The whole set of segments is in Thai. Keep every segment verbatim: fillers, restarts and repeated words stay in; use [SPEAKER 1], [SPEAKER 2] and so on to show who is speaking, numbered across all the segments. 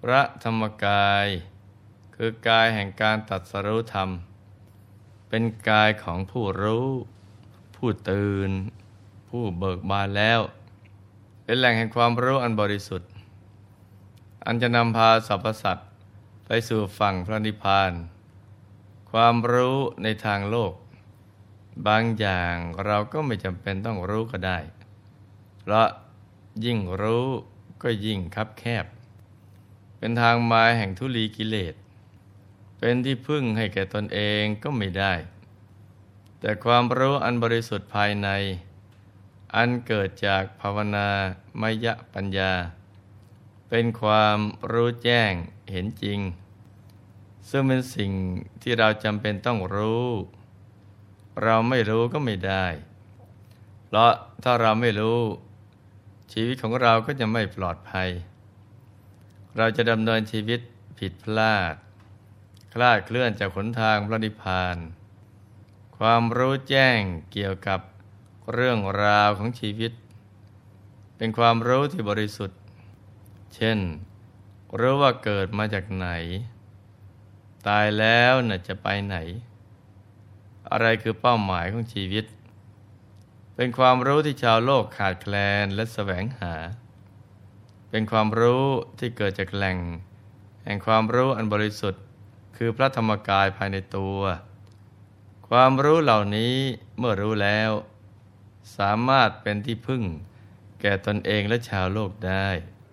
[SPEAKER 1] พระธรรมกายคือกายแห่งการตรัสรู้ธรรมเป็นกายของผู้รู้ผู้ตื่นผู้เบิกบานแล้วเป็นแหล่งแห่งความรู้อันบริสุทธิ์อันจะนำพาสรรพสัตว์ไปสู่ฝั่งพระนิพพานความรู้ในทางโลกบางอย่างเราก็ไม่จำเป็นต้องรู้ก็ได้เพราะยิ่งรู้ก็ยิ่งคับแคบเป็นทางมาแห่งทุลีกิเลสเป็นที่พึ่งให้แก่ตนเองก็ไม่ได้แต่ความรู้อันบริสุทธิ์ภายในอันเกิดจากภาวนามยปัญญาเป็นความรู้แจ้งเห็นจริงซึ่งเป็นสิ่งที่เราจำเป็นต้องรู้เราไม่รู้ก็ไม่ได้เพราะถ้าเราไม่รู้ชีวิตของเราก็จะไม่ปลอดภัยเราจะดำเนินชีวิตผิดพลาดคลาดเคลื่อนจากหนทางพระนิพพานความรู้แจ้งเกี่ยวกับเรื่องราวของชีวิตเป็นความรู้ที่บริสุทธิ์เช่นรู้ว่าเกิดมาจากไหนตายแล้วน่ะจะไปไหนอะไรคือเป้าหมายของชีวิตเป็นความรู้ที่ชาวโลกขาดแคลนและแสวงหาเป็นความรู้ที่เกิดจากแหล่งแห่งความรู้อันบริสุทธิ์คือพระธรรมกายภายในตัวความรู้เหล่านี้เมื่อรู้แล้วสามารถเป็นที่พึ่งแก่ตนเองและชาวโลกได้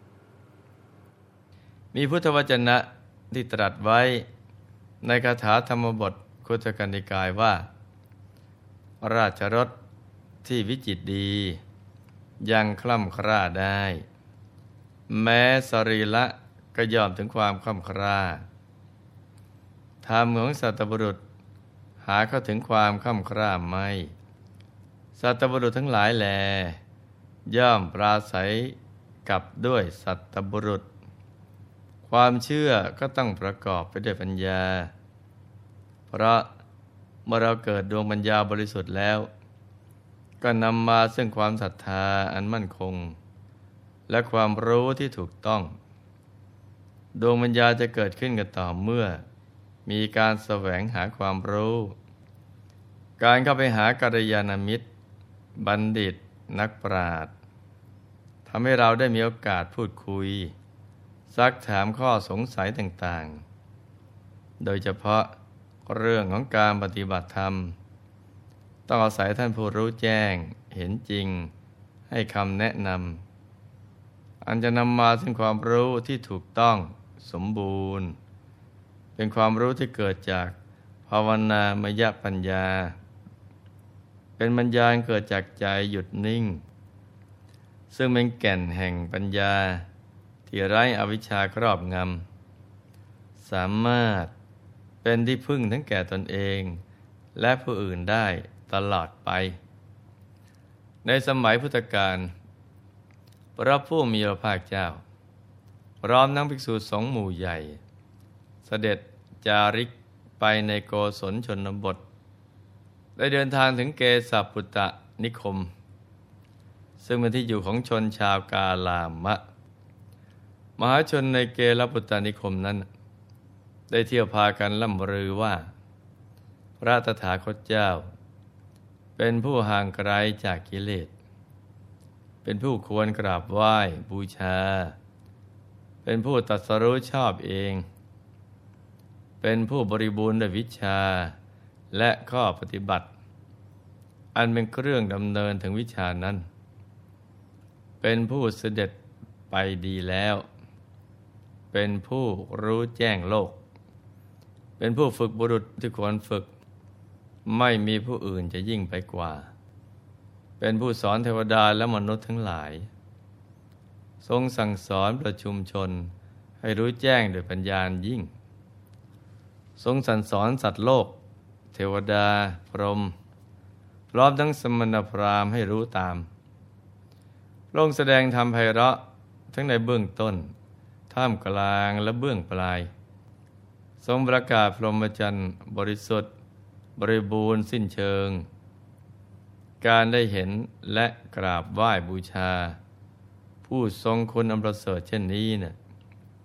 [SPEAKER 1] มีพุทธวจนะที่ตรัสไว้ในคาถาธรรมบทคุตกนิกายว่าราชรสที่วิจิตรดียังคล่ำคร่าได้แม้สรีระก็ย่อมถึงความคล่ำคร่าธรรมของสัตบุรุษหาเข้าถึงความคล่ำคร่าไม่สัตบุรุษทั้งหลายแลย่อมปราศัยกับด้วยสัตบุรุษความเชื่อก็ต้องประกอบไปด้วยปัญญาเพราะเมื่อเราเกิดดวงปัญญาบริสุทธิ์แล้วก็นำมาซึ่งความศรัทธาอันมั่นคงและความรู้ที่ถูกต้องดวงปัญญาจะเกิดขึ้นกันต่อเมื่อมีการแสวงหาความรู้การเข้าไปหากัลยาณมิตรบัณฑิตนักปราชญ์ทำให้เราได้มีโอกาสพูดคุยซักถามข้อสงสัยต่างๆโดยเฉพาะเรื่องของการปฏิบัติธรรมต้องอาศัยท่านผู้รู้แจ้งเห็นจริงให้คำแนะนำอันจะนำมาซึ่งความรู้ที่ถูกต้องสมบูรณ์เป็นความรู้ที่เกิดจากภาวนามยปัญญาเป็นปัญญาเกิดจากใจหยุดนิ่งซึ่งเป็นแก่นแห่งปัญญาที่ไร้อวิชชาครอบงำสามารถเป็นที่พึ่งทั้งแก่ตนเองและผู้อื่นได้ตลอดไปในสมัยพุทธกาลพระผู้มีพระภาคเจ้าพร้อมทั้งภิกษุสงฆ์หมู่ใหญ่เสด็จจาริกไปในโกศลชนบทได้เดินทางถึงเกสาปุตตนิคมซึ่งเป็นที่อยู่ของชนชาวกาลามะมหาชนในเกลปุตตนิคมนั้นได้เที่ยวพากันล่ำลือว่าพระตถาคตเจ้าเป็นผู้ห่างไกลจากกิเลสเป็นผู้ควรกราบไหว้บูชาเป็นผู้ตรัสรู้ชอบเองเป็นผู้บริบูรณ์ด้วยวิชาและข้อปฏิบัติอันเป็นเครื่องดำเนินถึงวิชานั้นเป็นผู้เสด็จไปดีแล้วเป็นผู้รู้แจ้งโลกเป็นผู้ฝึกบุรุษที่ควรฝึกไม่มีผู้อื่นจะยิ่งไปกว่าเป็นผู้สอนเทวดาและมนุษย์ทั้งหลายทรงสั่งสอนประชุมชนให้รู้แจ้งโดยปัญญายิ่งทรงสั่งสอนสัตว์โลกเทวดาพรหมพร้อมทั้งสมณพราหมณ์ให้รู้ตามพระองค์แสดงธรรมไพเราะทั้งในเบื้องต้นท่ามกลางและเบื้องปลายทรงประกาศพรหมจรรย์บริสุทธิ์บริบูรณ์สิ้นเชิงการได้เห็นและกราบไหว้บูชาผู้ทรงคุณอันประเสริฐเช่นนี้เนี่ย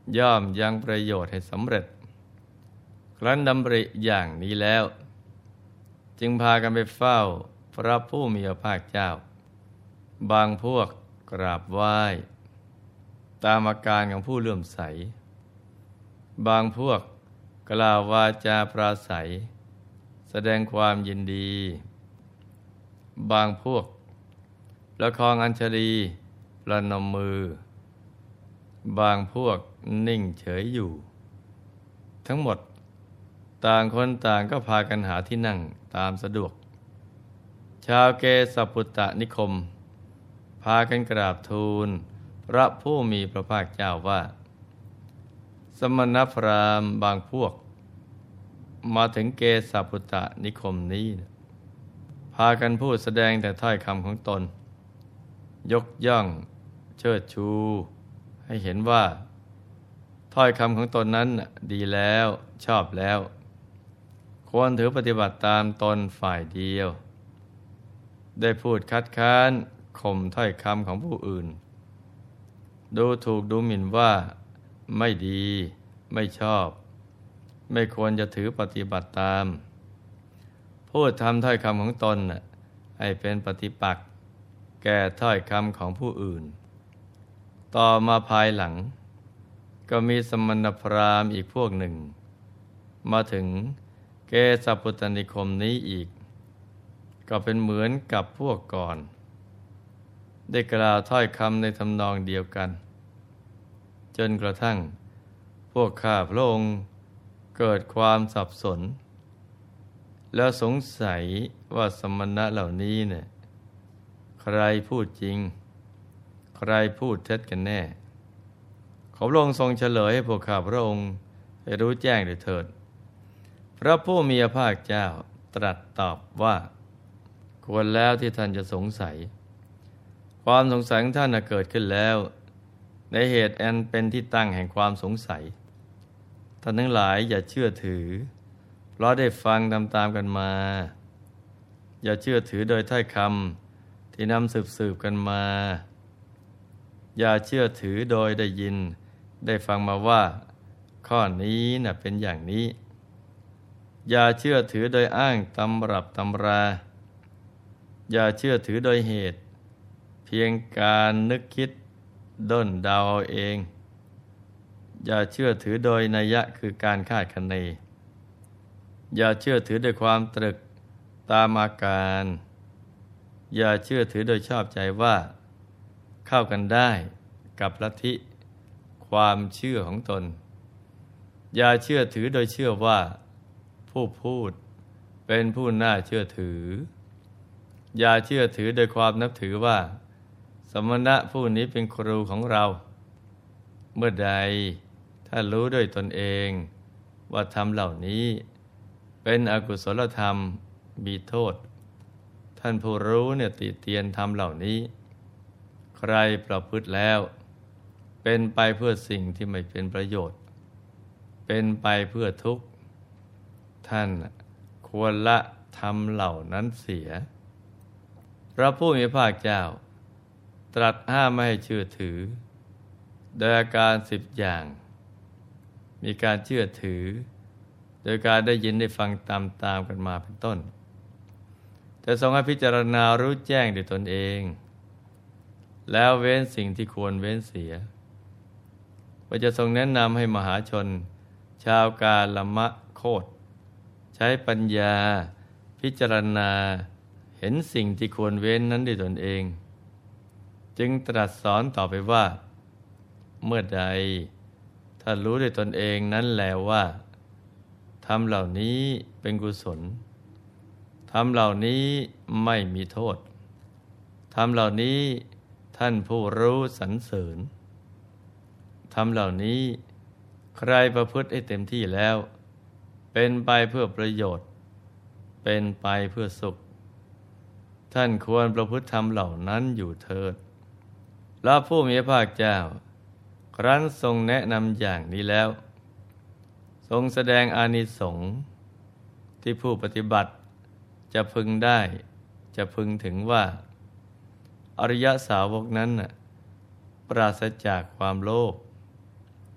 [SPEAKER 1] ย่อมยังประโยชน์ให้สำเร็จครั้นดำริอย่างนี้แล้วจึงพากันไปเฝ้าพระผู้มีพระภาคเจ้าบางพวกกราบไหว้ตามอาการของผู้เลื่อมใสบางพวกกล่าววาจาปราศัยแสดงความยินดีบางพวกประคองอัญชลีประนมมือบางพวกนิ่งเฉยอยู่ทั้งหมดต่างคนต่างก็พากันหาที่นั่งตามสะดวกชาวเกสปุตตนิคมพากันกราบทูลพระผู้มีพระภาคเจ้าว่าสมณพราหมณ์บางพวกมาถึงเกสปุตตนิคมนี้พากันพูดแสดงแต่ถ้อยคำของตนยกย่องเชิดชูให้เห็นว่าถ้อยคำของตนนั้นดีแล้วชอบแล้วควรถือปฏิบัติตามตนฝ่ายเดียวได้พูดคัดค้านข่มถ้อยคำของผู้อื่นดูถูกดูหมิ่นว่าไม่ดีไม่ชอบไม่ควรจะถือปฏิบัติตามพูดทำถ้อยคำของตนให้เป็นปฏิปักษ์แก่ถ้อยคำของผู้อื่นต่อมาภายหลังก็มีสมณพราหมณ์อีกพวกหนึ่งมาถึงเกสปุตตนิคมนี้อีกก็เป็นเหมือนกับพวกก่อนได้กล่าวถ้อยคำในทำนองเดียวกันจนกระทั่งพวกข้าพระองค์เกิดความสับสนแล้วสงสัยว่าสมณะเหล่านี้เนี่ยใครพูดจริงใครพูดเท็จกันแน่ขอพระองค์ทรงเฉลยให้พวกข้าพระองค์ให้รู้แจ้งด้วยเถิดพระผู้มีพระภาคเจ้าตรัสตอบว่าควรแล้วที่ท่านจะสงสัยความสงสัยของท่านเกิดขึ้นแล้วในเหตุอันเป็นที่ตั้งแห่งความสงสัยท่านทั้งหลายอย่าเชื่อถือเพราะได้ฟังตามๆกันมาอย่าเชื่อถือโดยถ้อยคำที่นำสืบๆกันมาอย่าเชื่อถือโดยได้ยินได้ฟังมาว่าข้อนี้น่ะเป็นอย่างนี้อย่าเชื่อถือโดยอ้างตำรับตำราอย่าเชื่อถือโดยเหตุเพียงการนึกคิดด้นเดาเอาเองอย่าเชื่อถือโดยนัยยะคือการคาดคะเนอย่าเชื่อถือโดยความตรึกตามอาการอย่าเชื่อถือโดยชอบใจว่าเข้ากันได้กับลัทธิความเชื่อของตนอย่าเชื่อถือโดยเชื่อว่าผู้พูดเป็นผู้น่าเชื่อถืออย่าเชื่อถือโดยความนับถือว่าสมณะผู้นี้เป็นครูของเราเมื่อใดถ้ารู้ด้วยตนเองว่าธรรมเหล่านี้เป็นอกุศลธรรมมีโทษท่านผู้รู้เนี่ยติเตียนธรรมเหล่านี้ใครประพฤติแล้วเป็นไปเพื่อสิ่งที่ไม่เป็นประโยชน์เป็นไปเพื่อทุกข์ท่านควรละธรรมเหล่านั้นเสียพระผู้มีพระภาคเจ้าตรัสห้ามไม่ให้เชื่อถือโดยอาการสิบอย่างมีการเชื่อถือโดยการได้ยินได้ฟังตามๆกันมาเป็นต้นแต่ทรงให้พิจารณารู้แจ้งด้วยตนเองแล้วเว้นสิ่งที่ควรเว้นเสียว่าจะทรงแนะนำให้มหาชนชาวกาลมะโคตรใช้ปัญญาพิจารณาเห็นสิ่งที่ควรเว้นนั้นด้วยตนเองจึงตรัสสอนต่อไปว่าเมื่อใดถ้ารู้ด้วยตนเองนั้นแล้วว่าธรรมเหล่านี้เป็นกุศลธรรมเหล่านี้ไม่มีโทษธรรมเหล่านี้ท่านผู้รู้สรรเสริญธรรมเหล่านี้ใครประพฤติให้เต็มที่แล้วเป็นไปเพื่อประโยชน์เป็นไปเพื่อสุขท่านควรประพฤติธรรมเหล่านั้นอยู่เถิดพระผู้มีพระภาคเจ้าครั้นทรงแนะนำอย่างนี้แล้วทรงแสดงอานิสงส์ที่ผู้ปฏิบัติจะพึงได้จะพึงถึงว่าอริยสาวกนั้นปราศจากความโลภป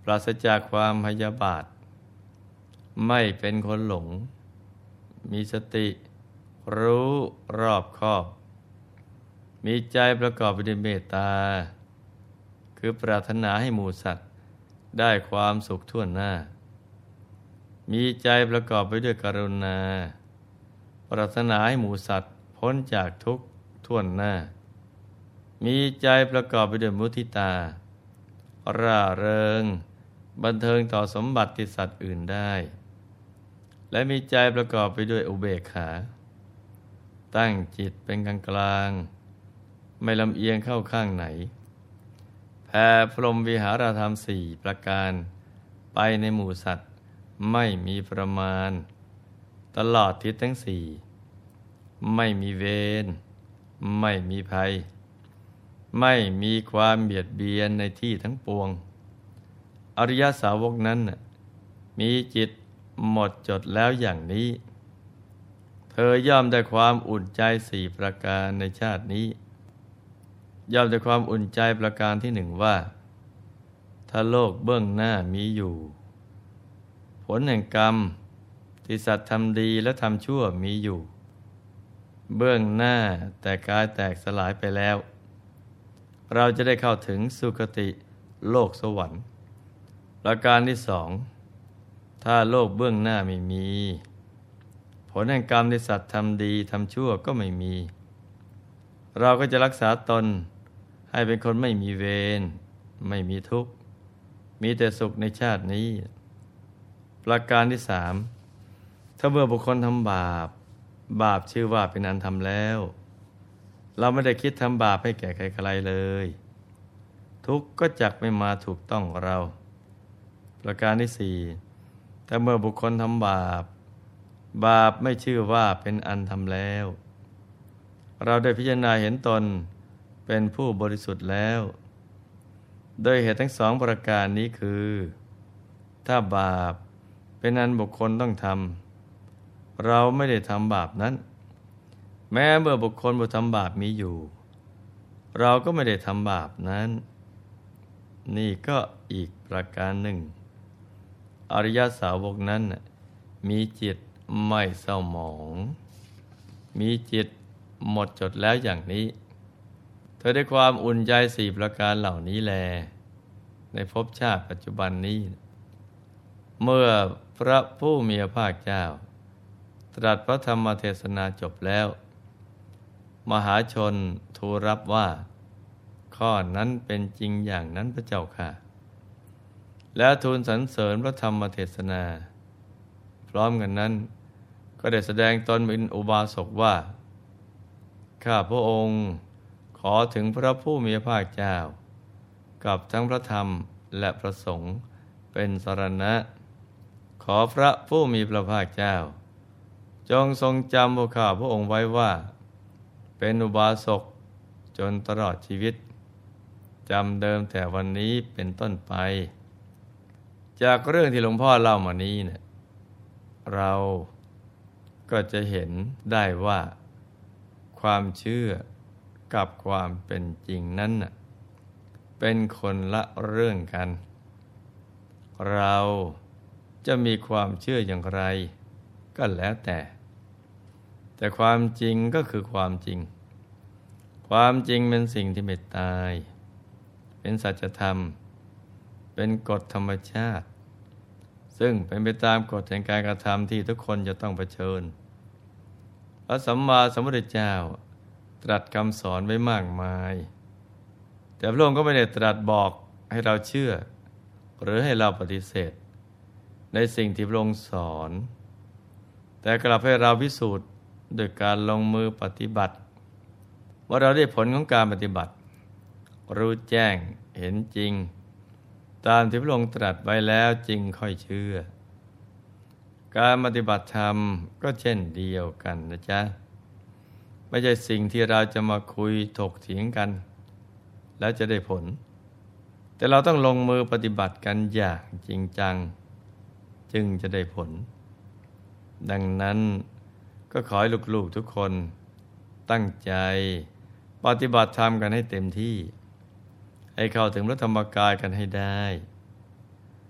[SPEAKER 1] ราศจากความพยาบาทไม่เป็นคนหลงมีสติรู้รอบคอบมีใจประกอบไปด้วยเมตตาคือปรารถนาให้หมู่สัตว์ได้ความสุขทั่วหน้ามีใจประกอบไปด้วยกรุณาปรารถนาให้หมู่สัตว์พ้นจากทุกข์ทั่วหน้ามีใจประกอบไปด้วยมุทิตาร่าเริงบันเทิงต่อสมบัติที่สัตว์อื่นได้และมีใจประกอบไปด้วยอุเบกขาตั้งจิตเป็นกลางกลางไม่ลำเอียงเข้าข้างไหนแผ่พรหมวิหารธรรมสี่ประการไปในหมู่สัตว์ไม่มีประมาณตลอดทิศทั้งสี่ไม่มีเวรไม่มีภัยไม่มีความเบียดเบียนในที่ทั้งปวงอริยสาวกนั้นมีจิตหมดจดแล้วอย่างนี้เธอย่อมได้ความอุ่นใจสี่ประการในชาตินี้ย่อมได้ความอุ่นใจประการที่หนึ่งว่าถ้าโลกเบื้องหน้ามีอยู่ผลแห่งกรรมที่สัตว์ทำดีและทำชั่วมีอยู่เบื้องหน้าแต่กายแตกสลายไปแล้วเราจะได้เข้าถึงสุคติโลกสวรรค์ประการที่สองถ้าโลกเบื้องหน้าไม่มีผลแห่งกรรมที่สัตว์ทำดีทำชั่วก็ไม่มีเราก็จะรักษาตนให้เป็นคนไม่มีเวรไม่มีทุกข์มีแต่สุขในชาตินี้ประการที่สามถ้าเมื่อบุคคลทำบาปบาปชื่อว่าเป็นอันทำแล้วเราไม่ได้คิดทำบาปให้แก่ใครๆเลยทุกข์ก็จักไม่มาถูกต้องเราประการที่สี่ถ้าเมื่อบุคคลทำบาปบาปไม่ชื่อว่าเป็นอันทำแล้วเราได้พิจารณาเห็นตนเป็นผู้บริสุทธิ์แล้วโดยเหตุทั้งสองประการนี้คือถ้าบาปเป็นอันบุคคลต้องทำเราไม่ได้ทำบาปนั้นแม้เมื่อบุคคลผู้ทำบาปมีอยู่เราก็ไม่ได้ทำบาปนั้นนี่ก็อีกประการหนึ่งอริยสาวกนั้นมีจิตไม่เศร้าหมองมีจิตหมดจดแล้วอย่างนี้เธอได้ความอุ่นใจสี่ประการเหล่านี้แลในภพชาติปัจจุบันนี้เมื่อพระผู้มีพระภาคเจ้าตรัสพระธรรมเทศนาจบแล้วมหาชนทูลรับว่าข้อนั้นเป็นจริงอย่างนั้นพระเจ้าค่ะแล้วทูลสรรเสริญพระธรรมเทศนาพร้อมกันนั้นก็ได้แสดงตนเป็นอุบาสกว่าข้าพระองค์ขอถึงพระผู้มีพระภาคเจ้ากับทั้งพระธรรมและพระสงฆ์เป็นสรณะขอพระผู้มีพระภาคเจ้าจงทรงจำพวกข้าพระองค์ไว้ว่าเป็นอุบาสกจนตลอดชีวิตจำเดิมแต่วันนี้เป็นต้นไปจากเรื่องที่หลวงพ่อเล่ามานี้เนี่ยเราก็จะเห็นได้ว่าความเชื่อกับความเป็นจริงนั้นน่ะเป็นคนละเรื่องกันเราจะมีความเชื่ออย่างไรก็แล้วแต่แต่ความจริงก็คือความจริงความจริงเป็นสิ่งที่ไม่ตายเป็นสัจธรรมเป็นกฎธรรมชาติซึ่งเป็นไปตามกฎแห่งการกระทำที่ทุกคนจะต้องเผชิญพระสัมมาสัมพุทธเจ้าตรัสคำสอนไว้มากมายแต่พระองค์ก็ไม่ได้ตรัสบอกให้เราเชื่อหรือให้เราปฏิเสธในสิ่งที่พระองค์สอนแต่กลับให้เราพิสูจน์โดยการลงมือปฏิบัติว่าเราได้ผลของการปฏิบัติรู้แจ้งเห็นจริงตามที่พระองค์ตรัสไว้แล้วจริงค่อยเชื่อการปฏิบัติธรรมก็เช่นเดียวกันนะจ๊ะไม่ใช่สิ่งที่เราจะมาคุยถกเถียงกันแล้วจะได้ผลแต่เราต้องลงมือปฏิบัติกันอย่างจริงจังจึงจะได้ผลดังนั้นก็ขอให้ลูกๆทุกคนตั้งใจปฏิบัติธรรมกันให้เต็มที่ให้เข้าถึงพระธรรมกายกันให้ได้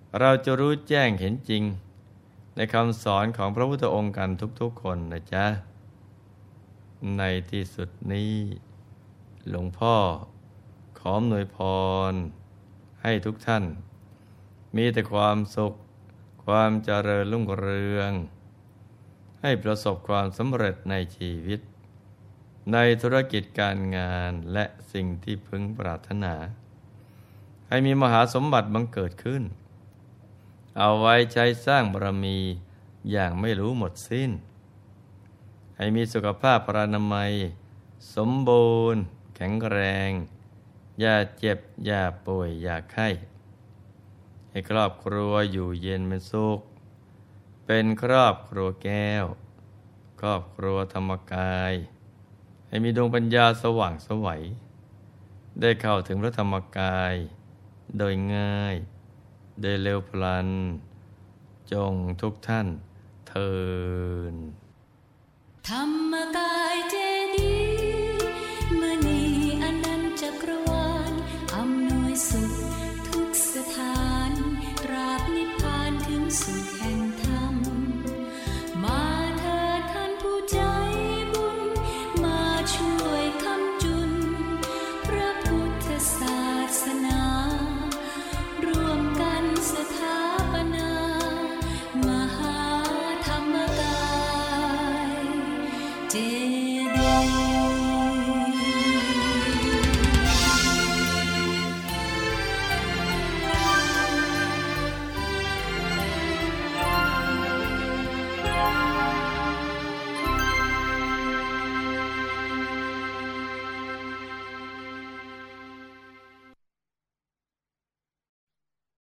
[SPEAKER 1] เราจะรู้แจ้งเห็นจริงในคำสอนของพระพุทธองค์กันทุกๆคนนะจ๊ะในที่สุดนี้หลวงพ่อขออำนวยพรให้ทุกท่านมีแต่ความสุขความเจริญรุ่งเรืองให้ประสบความสำเร็จในชีวิตในธุรกิจการงานและสิ่งที่พึงปรารถนาให้มีมหาสมบัติบังเกิดขึ้นเอาไว้ใช้สร้างบารมีอย่างไม่รู้หมดสิ้นให้มีสุขภาพพรรณนามัยสมบูรณ์แข็งแรงอย่าเจ็บอย่าป่วยอย่าไข้ให้ครอบครัวอยู่เย็นเป็นสุขเป็นครอบครัวแก้วครอบครัวธรรมกายให้มีดวงปัญญาสว่างไสวได้เข้าถึงพระธรรมกายโดยง่ายโดยเร็วพลันจงทุกท่านเทิน
[SPEAKER 2] ธรรมกายเจดีย์มณีอนันตจักรวาลอำนวยสุขทุกสถานตราบนิพพานถึงสุขแห่งธรรมมาเถิดท่านผู้ใจบุญมาช่วยคำจุนพระพุทธศาสนา